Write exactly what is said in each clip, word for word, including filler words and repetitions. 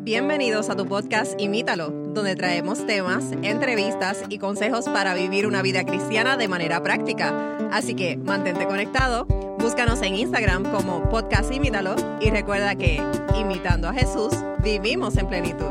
Bienvenidos a tu podcast Imítalo, donde traemos temas, entrevistas y consejos para vivir una vida cristiana de manera práctica. Así que mantente conectado, búscanos en Instagram como Podcast Imítalo y recuerda que, imitando a Jesús, vivimos en plenitud.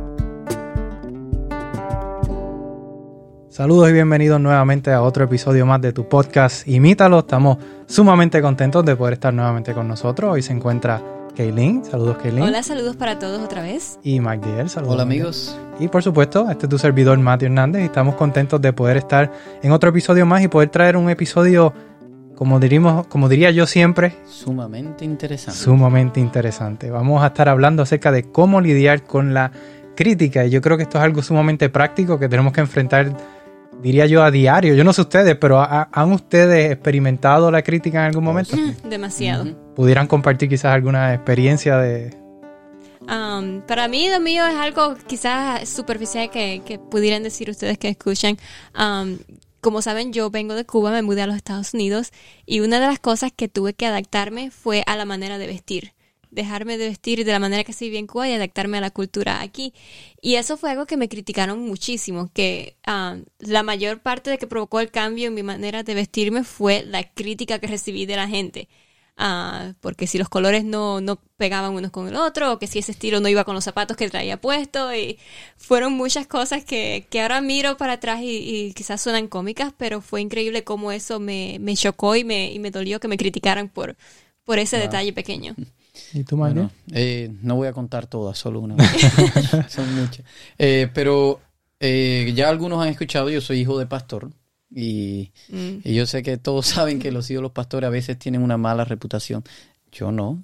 Saludos y bienvenidos nuevamente a otro episodio más de tu podcast Imítalo. Estamos sumamente contentos de poder estar nuevamente con nosotros. Hoy se encuentra Kaylin. Saludos, Kaylin. Hola, saludos para todos otra vez. Y Mike Diel. Saludos. Hola, amigos. Y por supuesto, este es tu servidor, Matthew Hernández, y estamos contentos de poder estar en otro episodio más y poder traer un episodio, como diríamos, como diría yo siempre, sumamente interesante. Sumamente interesante. Vamos a estar hablando acerca de cómo lidiar con la crítica, y yo creo que esto es algo sumamente práctico que tenemos que enfrentar, diría yo, a diario. Yo no sé ustedes, pero ¿han ustedes experimentado la crítica en algún momento? Demasiado. Uh-huh. ¿Pudieran compartir quizás alguna experiencia de...? Um, para mí, lo mío es algo quizás superficial que, que pudieran decir ustedes que escuchan. Um, como saben, yo vengo de Cuba, me mudé a los Estados Unidos y una de las cosas que tuve que adaptarme fue a la manera de vestir. Dejarme de vestir de la manera que se vivía en Cuba y adaptarme a la cultura aquí. Y eso fue algo que me criticaron muchísimo, que um, la mayor parte de que provocó el cambio en mi manera de vestirme fue la crítica que recibí de la gente. Uh, porque si los colores no, no pegaban unos con el otro, o que si ese estilo no iba con los zapatos que traía puesto, y fueron muchas cosas que, que ahora miro para atrás y, y quizás suenan cómicas, pero fue increíble cómo eso me, me chocó y me, y me dolió que me criticaran por, por ese wow. detalle pequeño. ¿Y tú, Mario? Bueno, eh, no voy a contar todas, solo una. Son muchas. Eh, pero eh, ya algunos han escuchado, yo soy hijo de pastor. Y, mm. y yo sé que todos saben que los hijos de los pastores a veces tienen una mala reputación. Yo no.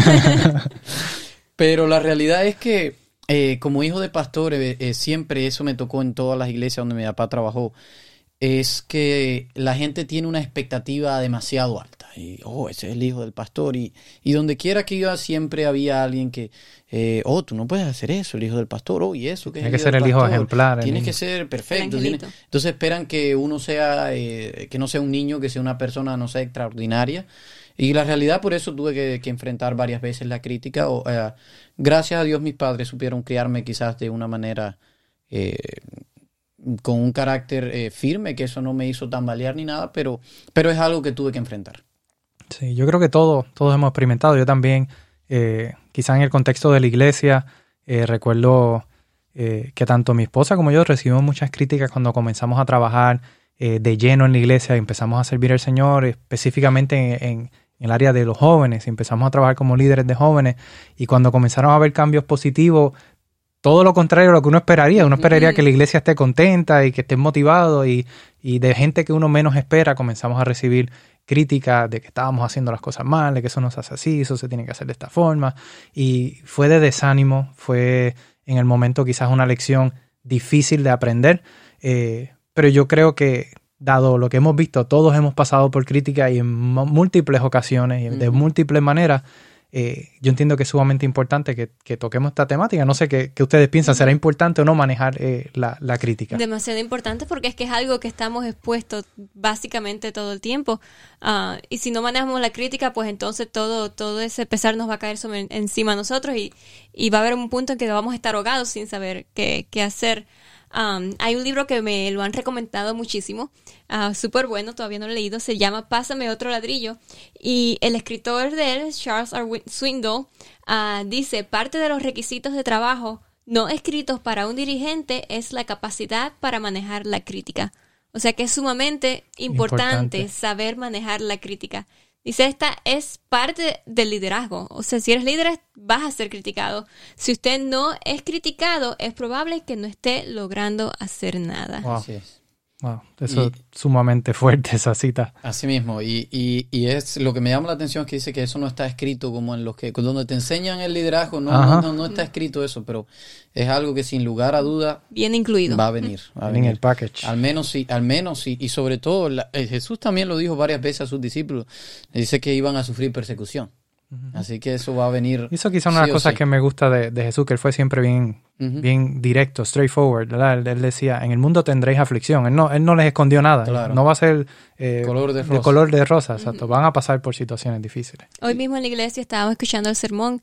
Pero la realidad es que eh, como hijo de pastor, eh, eh, siempre eso me tocó en todas las iglesias donde mi papá trabajó. Es que la gente tiene una expectativa demasiado alta. Y, oh, ese es el hijo del pastor. Y, y donde quiera que iba siempre había alguien que, eh, oh, tú no puedes hacer eso, el hijo del pastor. Oh, y eso, que Tiene que ser el hijo ejemplar. Tienes que ser perfecto. Tiene, entonces esperan que uno sea, eh, que no sea un niño, que sea una persona, no sé, extraordinaria. Y la realidad, por eso tuve que, que enfrentar varias veces la crítica. O, eh, gracias a Dios mis padres supieron criarme quizás de una manera... Eh, con un carácter eh, firme, que eso no me hizo tambalear ni nada, pero, pero es algo que tuve que enfrentar. Sí, yo creo que todos, todos hemos experimentado. Yo también, eh, quizás en el contexto de la iglesia, eh, recuerdo eh, que tanto mi esposa como yo recibimos muchas críticas cuando comenzamos a trabajar eh, de lleno en la iglesia y empezamos a servir al Señor, específicamente en, en, en el área de los jóvenes. Empezamos a trabajar como líderes de jóvenes y cuando comenzaron a haber cambios positivos, todo lo contrario a lo que uno esperaría. Uno esperaría que la iglesia esté contenta y que esté motivado y, y de gente que uno menos espera comenzamos a recibir críticas de que estábamos haciendo las cosas mal, de que eso no se hace así, eso se tiene que hacer de esta forma. Y fue de desánimo, fue en el momento quizás una lección difícil de aprender, eh, pero yo creo que dado lo que hemos visto, todos hemos pasado por críticas y en múltiples ocasiones y de múltiples maneras. Eh, yo entiendo que es sumamente importante que, que toquemos esta temática. No sé qué, qué ustedes piensan. ¿Será importante o no manejar eh, la, la crítica? Demasiado importante porque es que es algo que estamos expuestos básicamente todo el tiempo. Uh, y si no manejamos la crítica, pues entonces todo, todo ese pesar nos va a caer sobre, encima de nosotros y, y va a haber un punto en que vamos a estar ahogados sin saber qué, qué hacer. Um, hay un libro que me lo han recomendado muchísimo, uh, súper bueno, todavía no lo he leído, se llama Pásame otro ladrillo, y el escritor de él, Charles R. Swindoll, uh, dice, parte de los requisitos de trabajo no escritos para un dirigente es la capacidad para manejar la crítica. O sea que es sumamente importante, importante. saber manejar la crítica. Dice, esta es parte del liderazgo. O sea, si eres líder, vas a ser criticado. Si usted no es criticado, es probable que no esté logrando hacer nada. Wow. Así es. Wow. Eso y, es sumamente fuerte, esa cita. Así mismo. Y, y, y es lo que me llama la atención es que dice que eso no está escrito como en los que... Donde te enseñan el liderazgo, no, no, no, no está escrito eso, pero es algo que sin lugar a duda... Bien incluido. Va a venir. Va a venir. En el package. Al menos sí, al menos sí. Y sobre todo, la, Jesús también lo dijo varias veces a sus discípulos. Dice que iban a sufrir persecución. Uh-huh. Así que eso va a venir. Eso quizá una de las cosas sí. que me gusta de, de Jesús, que él fue siempre bien, uh-huh. bien directo, straightforward, ¿verdad? Él, él decía, en el mundo tendréis aflicción. Él no, él no les escondió nada. Claro. No va a ser eh, color de, de color de rosa. Uh-huh. Exacto. Van a pasar por situaciones difíciles. Hoy mismo en la iglesia estábamos escuchando el sermón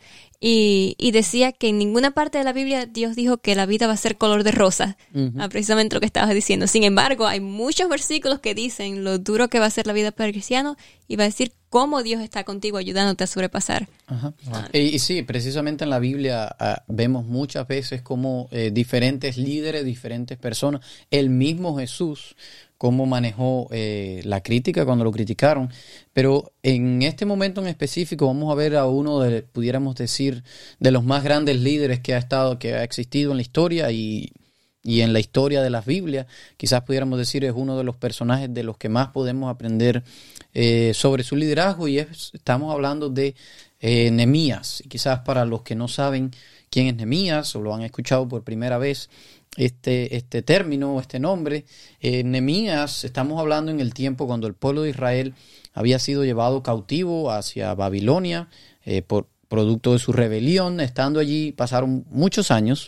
Y, y decía que en ninguna parte de la Biblia Dios dijo que la vida va a ser color de rosa, uh-huh. ah, precisamente lo que estabas diciendo. Sin embargo, hay muchos versículos que dicen lo duro que va a ser la vida para el cristiano y va a decir cómo Dios está contigo ayudándote a sobrepasar. Ajá. Ah. Y, y sí, precisamente en la Biblia ah, vemos muchas veces como eh, diferentes líderes, diferentes personas, el mismo Jesús, cómo manejó eh, la crítica cuando lo criticaron. Pero en este momento en específico vamos a ver a uno de, pudiéramos decir, de los más grandes líderes que ha estado, que ha existido en la historia y, y en la historia de las Biblias. Quizás pudiéramos decir es uno de los personajes de los que más podemos aprender eh, sobre su liderazgo, y es, estamos hablando de eh, Nehemías. Y quizás para los que no saben quién es Nehemías o lo han escuchado por primera vez, Este, este término, este nombre, eh, Nehemías, estamos hablando en el tiempo cuando el pueblo de Israel había sido llevado cautivo hacia Babilonia eh, por producto de su rebelión. Estando allí pasaron muchos años.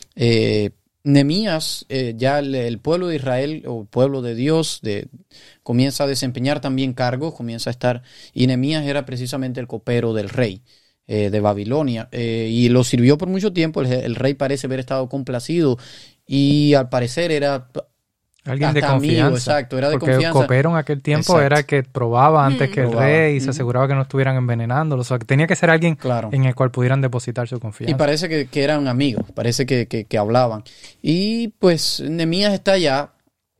Eh, Nehemías, eh, ya el, el pueblo de Israel o el pueblo de Dios de, comienza a desempeñar también cargos, comienza a estar, y Nehemías era precisamente el copero del rey eh, de Babilonia, eh, y lo sirvió por mucho tiempo. El, el rey parece haber estado complacido y al parecer era alguien de confianza. Amigo, exacto, era de porque confianza. el copero en aquel tiempo exacto. era que probaba antes mm. que el probaba. rey y mm. se aseguraba que no estuvieran envenenándolo. O sea, que tenía que ser alguien claro. en el cual pudieran depositar su confianza. Y parece que, que eran amigos, parece que, que, que hablaban. Y pues Nehemías está allá.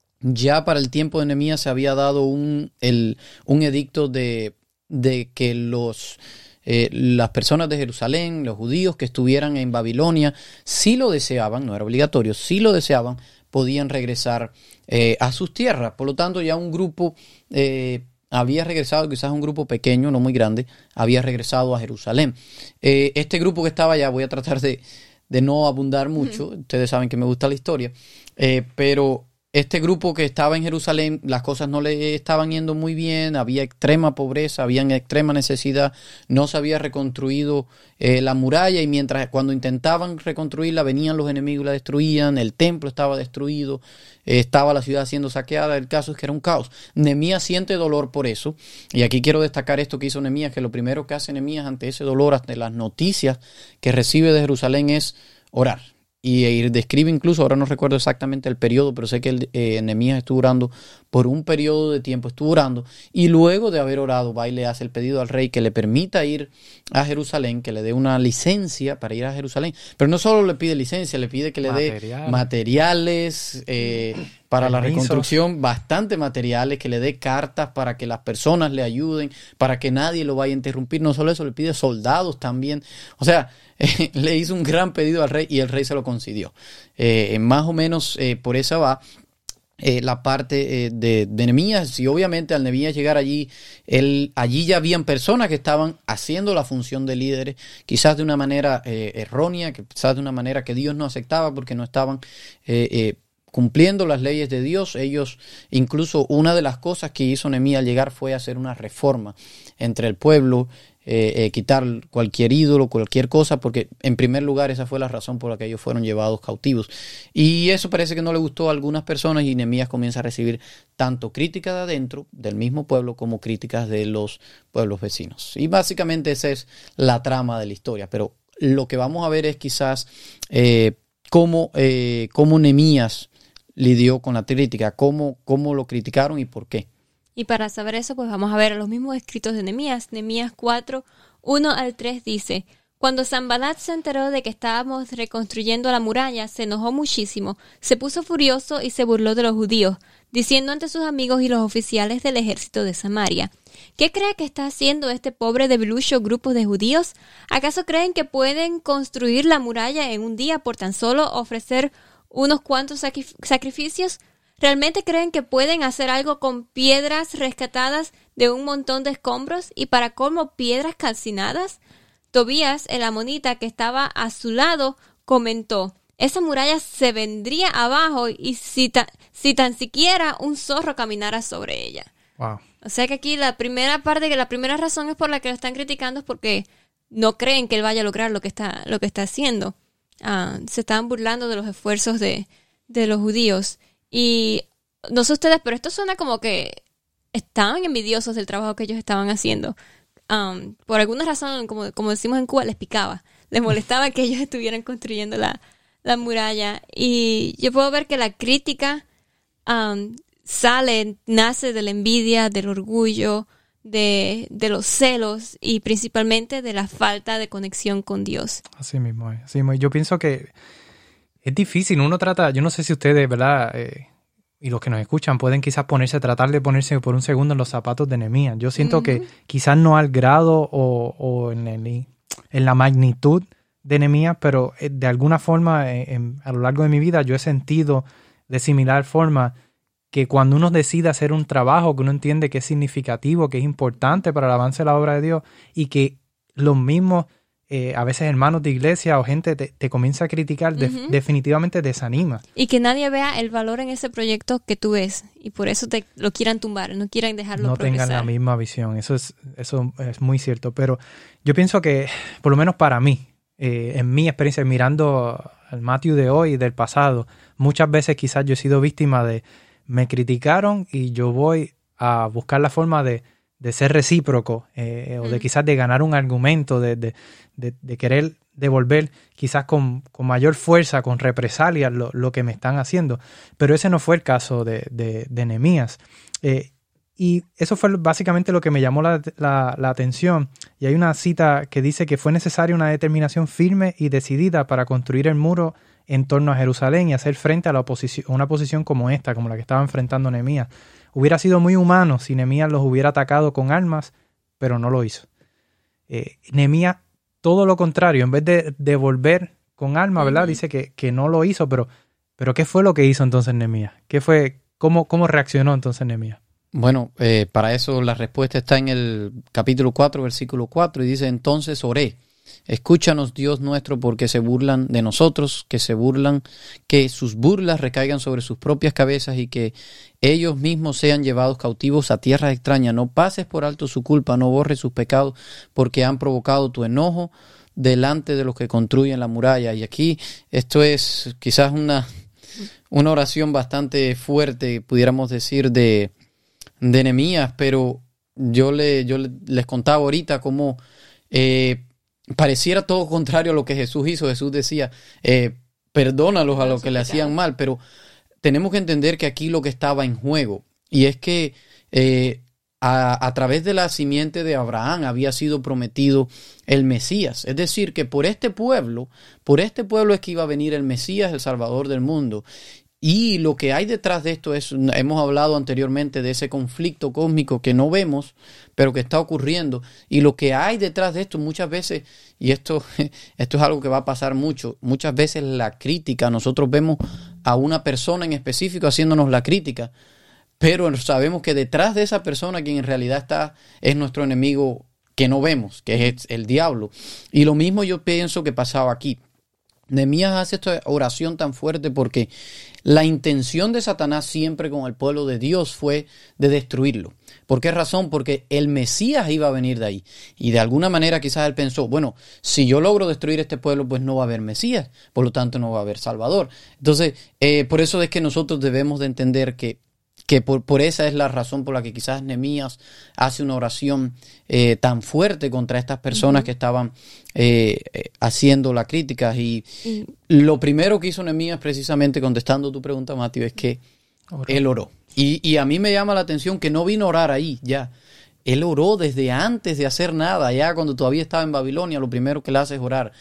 Ya para el tiempo de Nehemías se había dado un, el, un edicto de, de que los... Eh, las personas de Jerusalén, los judíos que estuvieran en Babilonia, si lo deseaban, no era obligatorio, si lo deseaban, podían regresar eh, a sus tierras. Por lo tanto, ya un grupo eh, había regresado, quizás un grupo pequeño, no muy grande, había regresado a Jerusalén. Eh, este grupo que estaba allá, voy a tratar de, de no abundar mucho, mm. ustedes saben que me gusta la historia, eh, pero... Este grupo que estaba en Jerusalén, las cosas no le estaban yendo muy bien, había extrema pobreza, había extrema necesidad, no se había reconstruido eh, la muralla, y mientras cuando intentaban reconstruirla venían los enemigos y la destruían, el templo estaba destruido, eh, estaba la ciudad siendo saqueada. El caso es que era un caos. Nehemías siente dolor por eso, y aquí quiero destacar esto que hizo Nehemías, que lo primero que hace Nehemías ante ese dolor, ante las noticias que recibe de Jerusalén, es orar. Y eh, describe incluso, ahora no recuerdo exactamente el periodo, pero sé que el, eh, Nehemías estuvo orando por un periodo de tiempo, estuvo orando, y luego de haber orado va y le hace el pedido al rey que le permita ir a Jerusalén, que le dé una licencia para ir a Jerusalén. Pero no solo le pide licencia, le pide que le Material. dé materiales eh, para la reconstrucción, bastante materiales, que le dé cartas para que las personas le ayuden, para que nadie lo vaya a interrumpir. No solo eso, le pide soldados también. O sea, eh, le hizo un gran pedido al rey y el rey se lo concedió. Eh, más o menos eh, por esa va eh, la parte eh, de, de Nehemías. Y obviamente al Nehemías llegar allí, él, allí ya habían personas que estaban haciendo la función de líderes, quizás de una manera eh, errónea, quizás de una manera que Dios no aceptaba porque no estaban eh, eh, cumpliendo las leyes de Dios. Ellos, incluso una de las cosas que hizo Nehemías al llegar fue hacer una reforma entre el pueblo, eh, eh, quitar cualquier ídolo, cualquier cosa, porque en primer lugar esa fue la razón por la que ellos fueron llevados cautivos. Y eso parece que no le gustó a algunas personas, y Nehemías comienza a recibir tanto críticas de adentro del mismo pueblo como críticas de los pueblos vecinos. Y básicamente esa es la trama de la historia. Pero lo que vamos a ver es quizás eh, cómo, eh, cómo Nehemías lidió con la crítica, cómo, cómo lo criticaron y por qué. Y para saber eso, pues vamos a ver los mismos escritos de Nehemías. Nehemías cuatro, uno al tres dice: Cuando Sanballat se enteró de que estábamos reconstruyendo la muralla, se enojó muchísimo, se puso furioso y se burló de los judíos, diciendo ante sus amigos y los oficiales del ejército de Samaria: ¿Qué cree que está haciendo este pobre debilucho grupo de judíos? ¿Acaso creen que pueden construir la muralla en un día por tan solo ofrecer unos cuantos sacrificios? ¿Realmente creen que pueden hacer algo con piedras rescatadas de un montón de escombros y para colmo piedras calcinadas? Tobías, el amonita que estaba a su lado, comentó: esa muralla se vendría abajo y si, ta, si tan siquiera un zorro caminara sobre ella. Wow. O sea que aquí la primera parte, que la primera razón es por la que lo están criticando es porque no creen que él vaya a lograr lo que está, lo que está haciendo. Uh, se estaban burlando de los esfuerzos de, de los judíos. Y no sé ustedes, pero esto suena como que estaban envidiosos del trabajo que ellos estaban haciendo. Um, por alguna razón, como, como decimos en Cuba, les picaba. les molestaba que ellos estuvieran construyendo la, la muralla. Y yo puedo ver que la crítica um, sale, nace de la envidia, del orgullo, de, de los celos y principalmente de la falta de conexión con Dios. Así mismo es. Así mismo. Yo pienso que es difícil. Uno trata, yo no sé si ustedes, ¿verdad? Eh, y los que nos escuchan pueden quizás ponerse, tratar de ponerse por un segundo en los zapatos de Nehemías. Yo siento uh-huh. que quizás no al grado o, o en, el, en la magnitud de Nehemías, pero de alguna forma en, a lo largo de mi vida yo he sentido de similar forma que cuando uno decide hacer un trabajo que uno entiende que es significativo, que es importante para el avance de la obra de Dios y que los mismos, eh, a veces hermanos de iglesia o gente te, te comienza a criticar, uh-huh. de, definitivamente desanima. Y que nadie vea el valor en ese proyecto que tú ves y por eso te lo quieran tumbar, no quieran dejarlo no progresar. No tengan la misma visión, eso es, eso es muy cierto. Pero yo pienso que, por lo menos para mí, eh, en mi experiencia, mirando al Matthew de hoy y del pasado, muchas veces quizás yo he sido víctima de me criticaron y yo voy a buscar la forma de, de ser recíproco eh, mm. o de quizás de ganar un argumento, de, de, de, de querer devolver quizás con, con mayor fuerza, con represalias lo, lo que me están haciendo. Pero ese no fue el caso de, de, de Nehemías. Eh, y eso fue básicamente lo que me llamó la, la, la atención. Y hay una cita que dice que fue necesaria una determinación firme y decidida para construir el muro en torno a Jerusalén y hacer frente a la oposición, una posición como esta, como la que estaba enfrentando Nehemías. Hubiera sido muy humano si Nehemías los hubiera atacado con armas, pero no lo hizo. Eh, Nehemías, todo lo contrario, en vez de devolver con armas, ¿verdad? Uh-huh. Dice que, que no lo hizo, pero, pero ¿qué fue lo que hizo entonces Nehemías? ¿Qué fue, cómo, cómo reaccionó entonces Nehemías? Bueno, eh, para eso la respuesta está en el capítulo cuatro, versículo cuatro, y dice, entonces oré. Escúchanos, Dios nuestro, porque se burlan de nosotros, que se burlan, que sus burlas recaigan sobre sus propias cabezas y que ellos mismos sean llevados cautivos a tierra extraña. No pases por alto su culpa, no borres sus pecados, porque han provocado tu enojo delante de los que construyen la muralla. Y aquí esto es quizás una, una oración bastante fuerte, pudiéramos decir, de, de Nehemías, pero yo, le, yo le, les contaba ahorita cómo Eh, pareciera todo contrario a lo que Jesús hizo. Jesús decía, eh, perdónalos a los que le hacían mal, pero tenemos que entender que aquí lo que estaba en juego, y es que eh, a, a través de la simiente de Abraham había sido prometido el Mesías. Es decir, que por este pueblo, por este pueblo es que iba a venir el Mesías, el Salvador del mundo. Y lo que hay detrás de esto es, hemos hablado anteriormente de ese conflicto cósmico que no vemos, pero que está ocurriendo. Y lo que hay detrás de esto muchas veces, y esto, esto es algo que va a pasar mucho, muchas veces la crítica, nosotros vemos a una persona en específico haciéndonos la crítica, pero sabemos que detrás de esa persona quien en realidad está es nuestro enemigo que no vemos, que es el diablo. Y lo mismo yo pienso que pasaba aquí. Nehemías hace esta oración tan fuerte porque la intención de Satanás siempre con el pueblo de Dios fue de destruirlo. ¿Por qué razón? Porque el Mesías iba a venir de ahí. Y de alguna manera quizás él pensó, bueno, si yo logro destruir este pueblo, pues no va a haber Mesías. Por lo tanto, no va a haber Salvador. Entonces, eh, por eso es que nosotros debemos de entender que que por, por esa es la razón por la que quizás Nehemías hace una oración eh, tan fuerte contra estas personas uh-huh. que estaban eh, eh, haciendo la crítica. Y uh-huh. lo primero que hizo Nehemías, precisamente contestando tu pregunta, Matthew, es que oró. él oró. Y, y a mí me llama la atención que no vino a orar ahí ya. Él oró desde antes de hacer nada, ya cuando todavía estaba en Babilonia, lo primero que él hace es orar.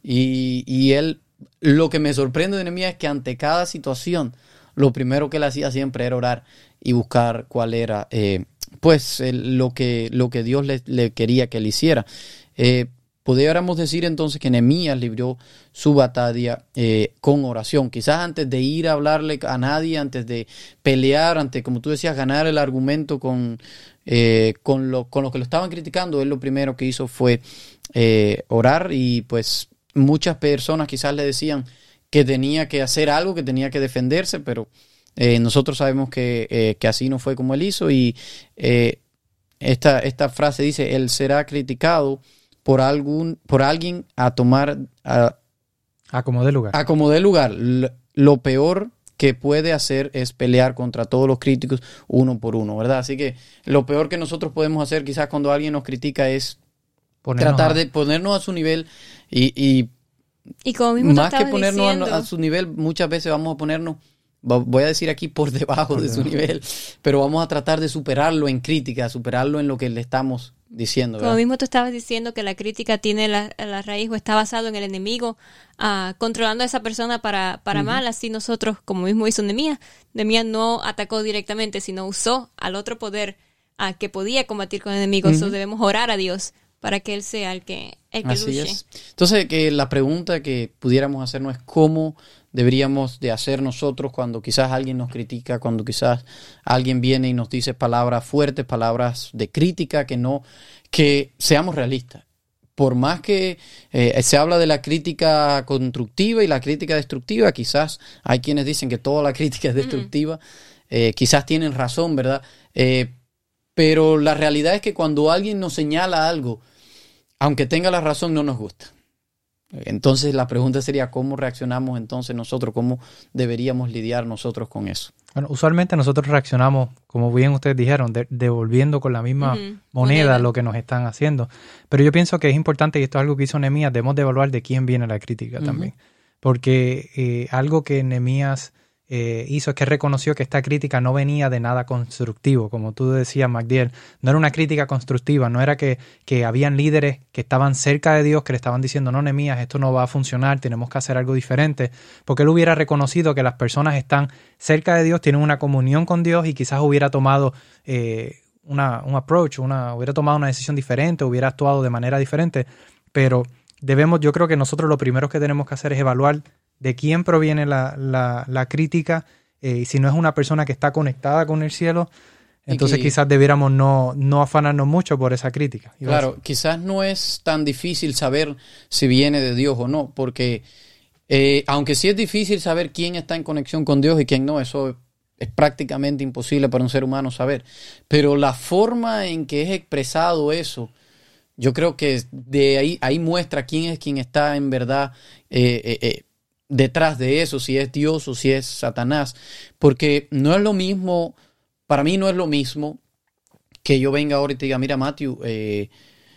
Y, y él, lo que me sorprende de Nehemías es que ante cada situación, lo primero que él hacía siempre era orar y buscar cuál era eh, pues el, lo, que, lo que Dios le, le quería que él hiciera. Eh, podríamos decir entonces que Nehemías libró su batalla eh, con oración. Quizás antes de ir a hablarle a nadie, antes de pelear, antes, como tú decías, ganar el argumento con, eh, con, lo, con los que lo estaban criticando, él lo primero que hizo fue eh, orar. Y pues muchas personas quizás le decían que tenía que hacer algo, que tenía que defenderse, pero eh, nosotros sabemos que, eh, que así no fue como él hizo. Y eh, esta, esta frase dice, él será criticado por algún por alguien a tomar a, a como dé lugar. A como dé lugar. Lo, lo peor que puede hacer es pelear contra todos los críticos uno por uno, ¿verdad? Así que lo peor que nosotros podemos hacer quizás cuando alguien nos critica es ponernos tratar a... de ponernos a su nivel Y, y, y como mismo más que ponernos diciendo, a, a su nivel, muchas veces vamos a ponernos, voy a decir aquí, por debajo por de debajo. su nivel, pero vamos a tratar de superarlo en crítica, superarlo en lo que le estamos diciendo, ¿verdad? Como mismo tú estabas diciendo que la crítica tiene la, la raíz o está basado en el enemigo uh, controlando a esa persona para, para uh-huh. mal, así nosotros, como mismo hizo Nehemías, Nehemías no atacó directamente, sino usó al otro poder uh, que podía combatir con el enemigo. Uh-huh. So, debemos orar a Dios para que Él sea el que, el que Así luche. Es. Entonces, que la pregunta que pudiéramos hacernos es cómo deberíamos de hacer nosotros cuando quizás alguien nos critica, cuando quizás alguien viene y nos dice palabras fuertes, palabras de crítica, que no, que seamos realistas. Por más que eh, se habla de la crítica constructiva y la crítica destructiva, quizás hay quienes dicen que toda la crítica es destructiva, mm-hmm. eh, quizás tienen razón, ¿verdad? Eh, pero la realidad es que cuando alguien nos señala algo, aunque tenga la razón, no nos gusta. Entonces la pregunta sería ¿cómo reaccionamos entonces nosotros? ¿Cómo deberíamos lidiar nosotros con eso? Bueno, usualmente nosotros reaccionamos, como bien ustedes dijeron, de, devolviendo con la misma uh-huh. moneda, moneda lo que nos están haciendo. Pero yo pienso que es importante, y esto es algo que hizo Nehemías, debemos de evaluar de quién viene la crítica uh-huh. también. Porque eh, algo que Nehemías eh, hizo es que reconoció que esta crítica no venía de nada constructivo. Como tú decías, Magdiel, no era una crítica constructiva, no era que, que habían líderes que estaban cerca de Dios que le estaban diciendo, no, Nehemías, esto no va a funcionar, tenemos que hacer algo diferente, porque él hubiera reconocido que las personas están cerca de Dios, tienen una comunión con Dios y quizás hubiera tomado eh, una, un approach, una, hubiera tomado una decisión diferente, hubiera actuado de manera diferente, pero debemos, yo creo que nosotros lo primero que tenemos que hacer es evaluar de quién proviene la, la, la crítica, eh, y si no es una persona que está conectada con el cielo, entonces que, quizás debiéramos no, no afanarnos mucho por esa crítica. Claro, quizás no es tan difícil saber si viene de Dios o no, porque eh, aunque sí es difícil saber quién está en conexión con Dios y quién no, eso es prácticamente imposible para un ser humano saber, pero la forma en que es expresado eso, yo creo que de ahí, ahí muestra quién es quien está en verdad eh, eh, eh, detrás de eso, si es Dios o si es Satanás, porque no es lo mismo, para mí no es lo mismo que yo venga ahora y te diga, mira Matthew, eh,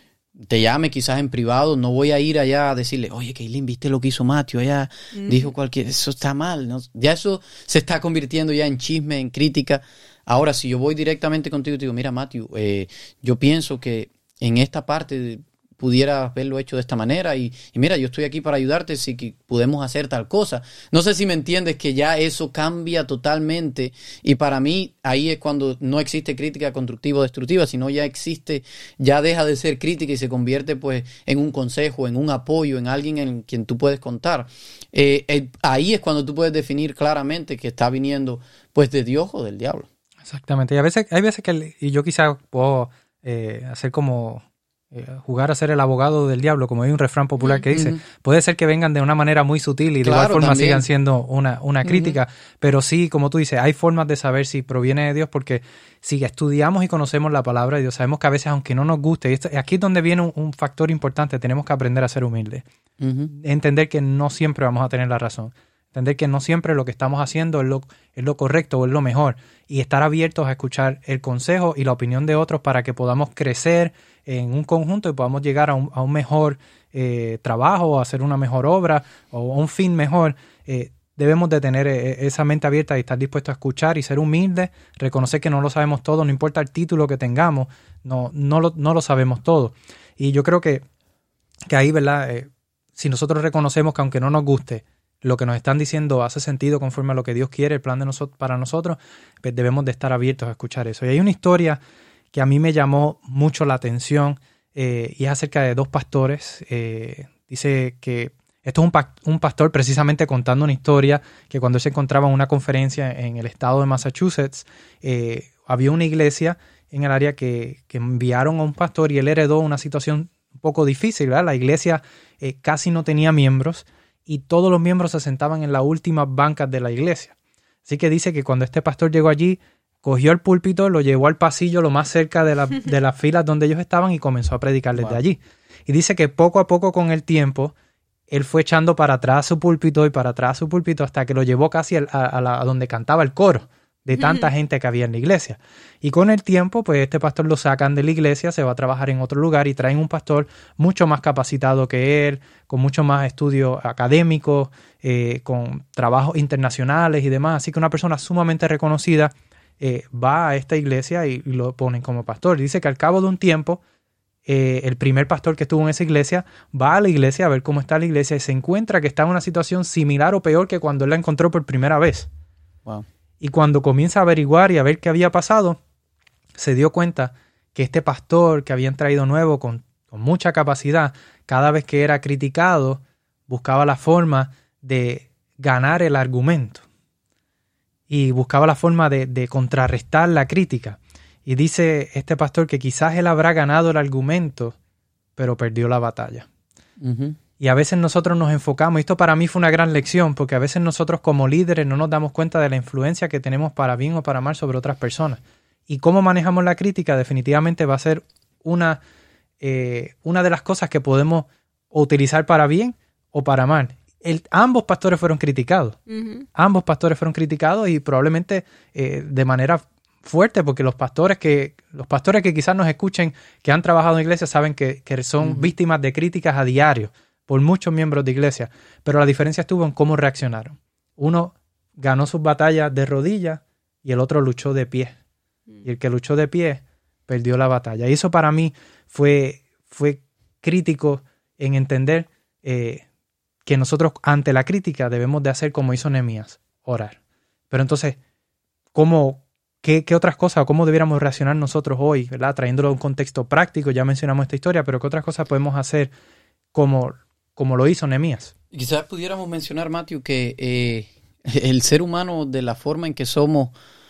te llame quizás en privado, no voy a ir allá a decirle, oye Kaylin, ¿viste lo que hizo Matthew? Allá mm. dijo cualquier, eso está mal, ¿no? Ya eso se está convirtiendo ya en chisme, en crítica. Ahora, si yo voy directamente contigo y te digo, mira Matthew, eh, yo pienso que en esta parte de, pudiera haberlo hecho de esta manera y, y mira, yo estoy aquí para ayudarte si que podemos hacer tal cosa. No sé si me entiendes que ya eso cambia totalmente y para mí ahí es cuando no existe crítica constructiva o destructiva, sino ya existe, ya deja de ser crítica y se convierte pues en un consejo, en un apoyo, en alguien en quien tú puedes contar. Eh, eh, ahí es cuando tú puedes definir claramente que está viniendo pues de Dios o del diablo. Exactamente. Y a veces, hay veces que y yo quizás puedo eh, hacer como Eh, jugar a ser el abogado del diablo, como hay un refrán popular que dice, uh-huh. puede ser que vengan de una manera muy sutil y de claro, igual forma también. Sigan siendo una, una crítica, uh-huh. pero sí, como tú dices, hay formas de saber si proviene de Dios, porque si estudiamos y conocemos la palabra de Dios, sabemos que a veces, aunque no nos guste, y esto, aquí es donde viene un, un factor importante, tenemos que aprender a ser humildes, uh-huh. entender que no siempre vamos a tener la razón, entender que no siempre lo que estamos haciendo es lo, es lo correcto o es lo mejor, y estar abiertos a escuchar el consejo y la opinión de otros para que podamos crecer en un conjunto y podamos llegar a un, a un mejor eh, trabajo, o hacer una mejor obra o un fin mejor. Eh, debemos de tener eh, esa mente abierta y estar dispuestos a escuchar y ser humildes, reconocer que no lo sabemos todo, no importa el título que tengamos, no, no, lo, no lo sabemos todo. Y yo creo que, que ahí, ¿verdad? Eh, si nosotros reconocemos que aunque no nos guste, lo que nos están diciendo hace sentido conforme a lo que Dios quiere, el plan de nosotros, para nosotros, pues debemos de estar abiertos a escuchar eso. Y hay una historia que a mí me llamó mucho la atención eh, y es acerca de dos pastores. Eh, dice que esto es un, pa- un pastor precisamente contando una historia que cuando él se encontraba en una conferencia en el estado de Massachusetts, eh, había una iglesia en el área que, que enviaron a un pastor y él heredó una situación un poco difícil, ¿verdad? La iglesia eh, casi no tenía miembros y todos los miembros se sentaban en las últimas bancas de la iglesia. Así que dice que cuando este pastor llegó allí, cogió el púlpito, lo llevó al pasillo lo más cerca de, la, de las filas donde ellos estaban y comenzó a predicar desde wow. allí. Y dice que poco a poco con el tiempo, él fue echando para atrás su púlpito y para atrás su púlpito hasta que lo llevó casi a, a, la, a donde cantaba el coro, de tanta uh-huh. gente que había en la iglesia. Y con el tiempo, pues este pastor lo sacan de la iglesia, se va a trabajar en otro lugar y traen un pastor mucho más capacitado que él, con mucho más estudios académicos, eh, con trabajos internacionales y demás. Así que una persona sumamente reconocida eh, va a esta iglesia y, y lo ponen como pastor. Dice que al cabo de un tiempo, eh, el primer pastor que estuvo en esa iglesia va a la iglesia a ver cómo está la iglesia y se encuentra que está en una situación similar o peor que cuando él la encontró por primera vez. Wow. Y cuando comienza a averiguar y a ver qué había pasado, se dio cuenta que este pastor que habían traído nuevo con, con mucha capacidad, cada vez que era criticado, buscaba la forma de ganar el argumento y buscaba la forma de, de contrarrestar la crítica. Y dice este pastor que quizás él habrá ganado el argumento, pero perdió la batalla. Uh-huh. Y a veces nosotros nos enfocamos, y esto para mí fue una gran lección, porque a veces nosotros como líderes no nos damos cuenta de la influencia que tenemos para bien o para mal sobre otras personas. Y cómo manejamos la crítica definitivamente va a ser una, eh, una de las cosas que podemos utilizar para bien o para mal. El, ambos pastores fueron criticados. Uh-huh. Ambos pastores fueron criticados y probablemente eh, de manera fuerte, porque los pastores que los pastores que quizás nos escuchen, que han trabajado en iglesia, saben que, que son uh-huh. víctimas de críticas a diario por muchos miembros de iglesia, pero la diferencia estuvo en cómo reaccionaron. Uno ganó sus batallas de rodillas y el otro luchó de pie. Y el que luchó de pie perdió la batalla. Y eso para mí fue, fue crítico en entender eh, que nosotros ante la crítica debemos de hacer como hizo Nehemías, orar. Pero entonces, ¿cómo, qué, qué otras cosas o cómo debiéramos reaccionar nosotros hoy, ¿verdad? Trayéndolo a un contexto práctico, ya mencionamos esta historia, pero ¿qué otras cosas podemos hacer como... como lo hizo Nehemías? Quizás pudiéramos mencionar, Matthew, que eh, el ser humano, de la forma en que somos,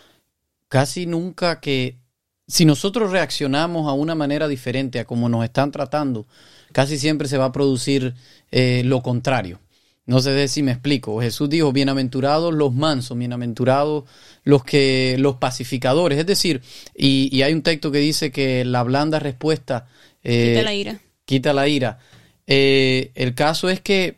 casi nunca que... Si nosotros reaccionamos a una manera diferente a como nos están tratando, casi siempre se va a producir eh, lo contrario. No sé si me explico. Jesús dijo, bienaventurados los mansos, bienaventurados los que los pacificadores. Es decir, y, y hay un texto que dice que la blanda respuesta... Eh, quita la ira. Quita la ira. Eh, el caso es que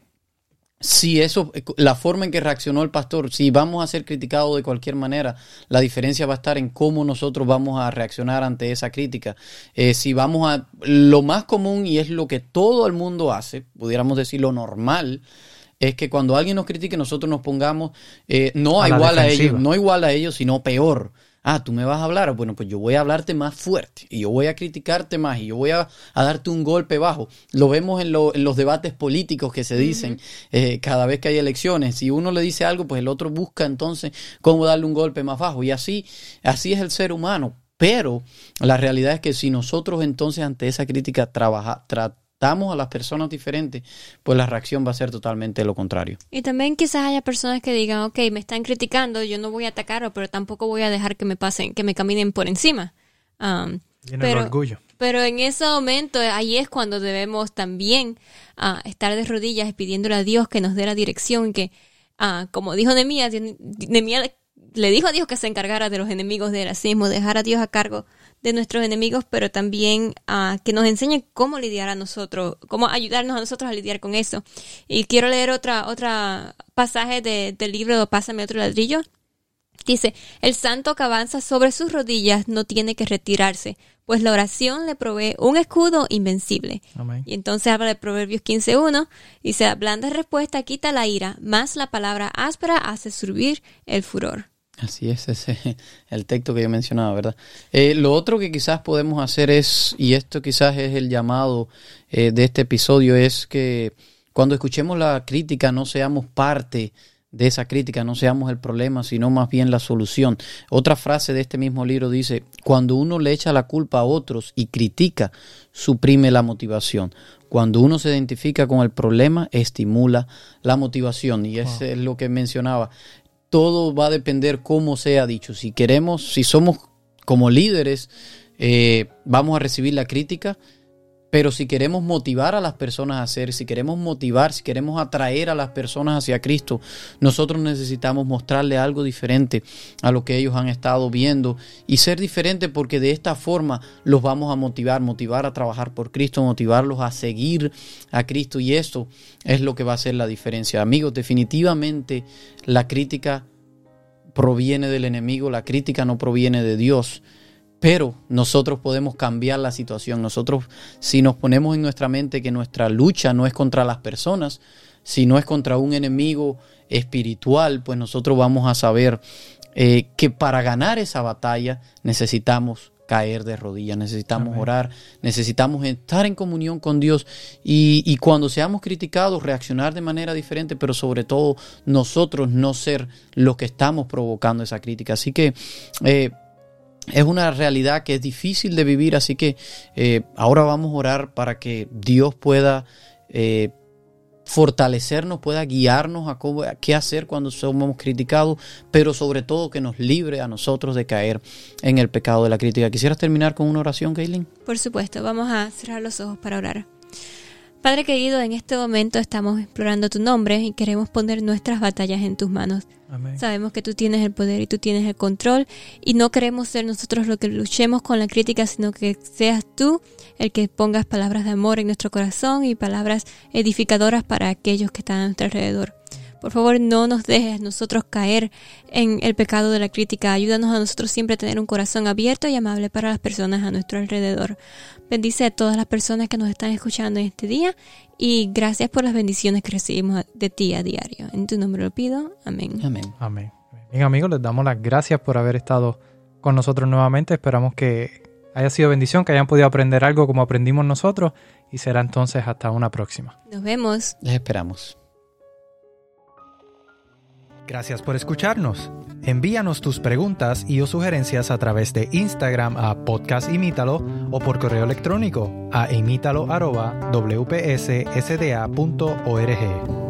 si eso, la forma en que reaccionó el pastor, si vamos a ser criticados de cualquier manera, la diferencia va a estar en cómo nosotros vamos a reaccionar ante esa crítica. Eh, si vamos a, lo más común, y es lo que todo el mundo hace, pudiéramos decir lo normal, es que cuando alguien nos critique, nosotros nos pongamos eh, no a igual a ellos, no igual a ellos, sino peor. Ah, tú me vas a hablar, bueno, pues yo voy a hablarte más fuerte y yo voy a criticarte más y yo voy a, a darte un golpe bajo. Lo vemos en, lo, en los debates políticos que se dicen uh-huh. eh, cada vez que hay elecciones. Si uno le dice algo, pues el otro busca entonces cómo darle un golpe más bajo. Y así, así es el ser humano. Pero la realidad es que si nosotros entonces ante esa crítica trabaja, tratamos a las personas diferentes, pues la reacción va a ser totalmente lo contrario. Y también quizás haya personas que digan, ok, me están criticando, yo no voy a atacarlo, pero tampoco voy a dejar que me pasen, que me caminen por encima. Um, Tiene pero, el orgullo. Pero en ese momento, ahí es cuando debemos también uh, estar de rodillas pidiéndole a Dios que nos dé la dirección, que uh, como dijo Nehemías, Nehemías le dijo a Dios que se encargara de los enemigos de él, así mismo, dejar a Dios a cargo de nuestros enemigos, pero también uh, que nos enseñe cómo lidiar a nosotros, cómo ayudarnos a nosotros a lidiar con eso. Y quiero leer otra otra pasaje de, del libro Pásame otro ladrillo. Dice, el santo que avanza sobre sus rodillas no tiene que retirarse, pues la oración le provee un escudo invencible. Amén. Y entonces habla de Proverbios quince uno, dice, la blanda respuesta quita la ira, más la palabra áspera hace subir el furor. Así es, ese es el texto que yo mencionaba, ¿verdad? Eh, lo otro que quizás podemos hacer es, y esto quizás es el llamado eh, de este episodio, es que cuando escuchemos la crítica no seamos parte de esa crítica, no seamos el problema, sino más bien la solución. Otra frase de este mismo libro dice, cuando uno le echa la culpa a otros y critica, suprime la motivación. Cuando uno se identifica con el problema, estimula la motivación. Y eso wow. es lo que mencionaba. Todo va a depender cómo sea dicho. Si queremos, si somos como líderes, eh, vamos a recibir la crítica, pero si queremos motivar a las personas a hacer, si queremos motivar, si queremos atraer a las personas hacia Cristo, nosotros necesitamos mostrarle algo diferente a lo que ellos han estado viendo y ser diferente, porque de esta forma los vamos a motivar, motivar a trabajar por Cristo, motivarlos a seguir a Cristo, y esto es lo que va a hacer la diferencia. Amigos, definitivamente la crítica proviene del enemigo, la crítica no proviene de Dios. Pero nosotros podemos cambiar la situación. Nosotros, si nos ponemos en nuestra mente que nuestra lucha no es contra las personas, sino es contra un enemigo espiritual, pues nosotros vamos a saber eh, que para ganar esa batalla necesitamos caer de rodillas, necesitamos Amén. Orar, necesitamos estar en comunión con Dios y, y cuando seamos criticados, reaccionar de manera diferente, pero sobre todo nosotros no ser los que estamos provocando esa crítica. Así que eh, es una realidad que es difícil de vivir, así que eh, ahora vamos a orar para que Dios pueda eh, fortalecernos, pueda guiarnos a, cómo, a qué hacer cuando somos criticados, pero sobre todo que nos libre a nosotros de caer en el pecado de la crítica. ¿Quisieras terminar con una oración, Kaylin? Por supuesto, vamos a cerrar los ojos para orar. Padre querido, en este momento estamos explorando tu nombre y queremos poner nuestras batallas en tus manos. Amén. Sabemos que tú tienes el poder y tú tienes el control y no queremos ser nosotros los que luchemos con la crítica, sino que seas tú el que pongas palabras de amor en nuestro corazón y palabras edificadoras para aquellos que están a nuestro alrededor. Por favor, no nos dejes nosotros caer en el pecado de la crítica. Ayúdanos a nosotros siempre a tener un corazón abierto y amable para las personas a nuestro alrededor. Bendice a todas las personas que nos están escuchando en este día y gracias por las bendiciones que recibimos de ti a diario. En tu nombre lo pido. Amén. Amén. Amén. Bien, amigos, les damos las gracias por haber estado con nosotros nuevamente. Esperamos que haya sido bendición, que hayan podido aprender algo como aprendimos nosotros y será entonces hasta una próxima. Nos vemos. Les esperamos. Gracias por escucharnos. Envíanos tus preguntas y o sugerencias a través de Instagram a Podcast Imítalo o por correo electrónico a imítalo arroba w p s s d a punto org.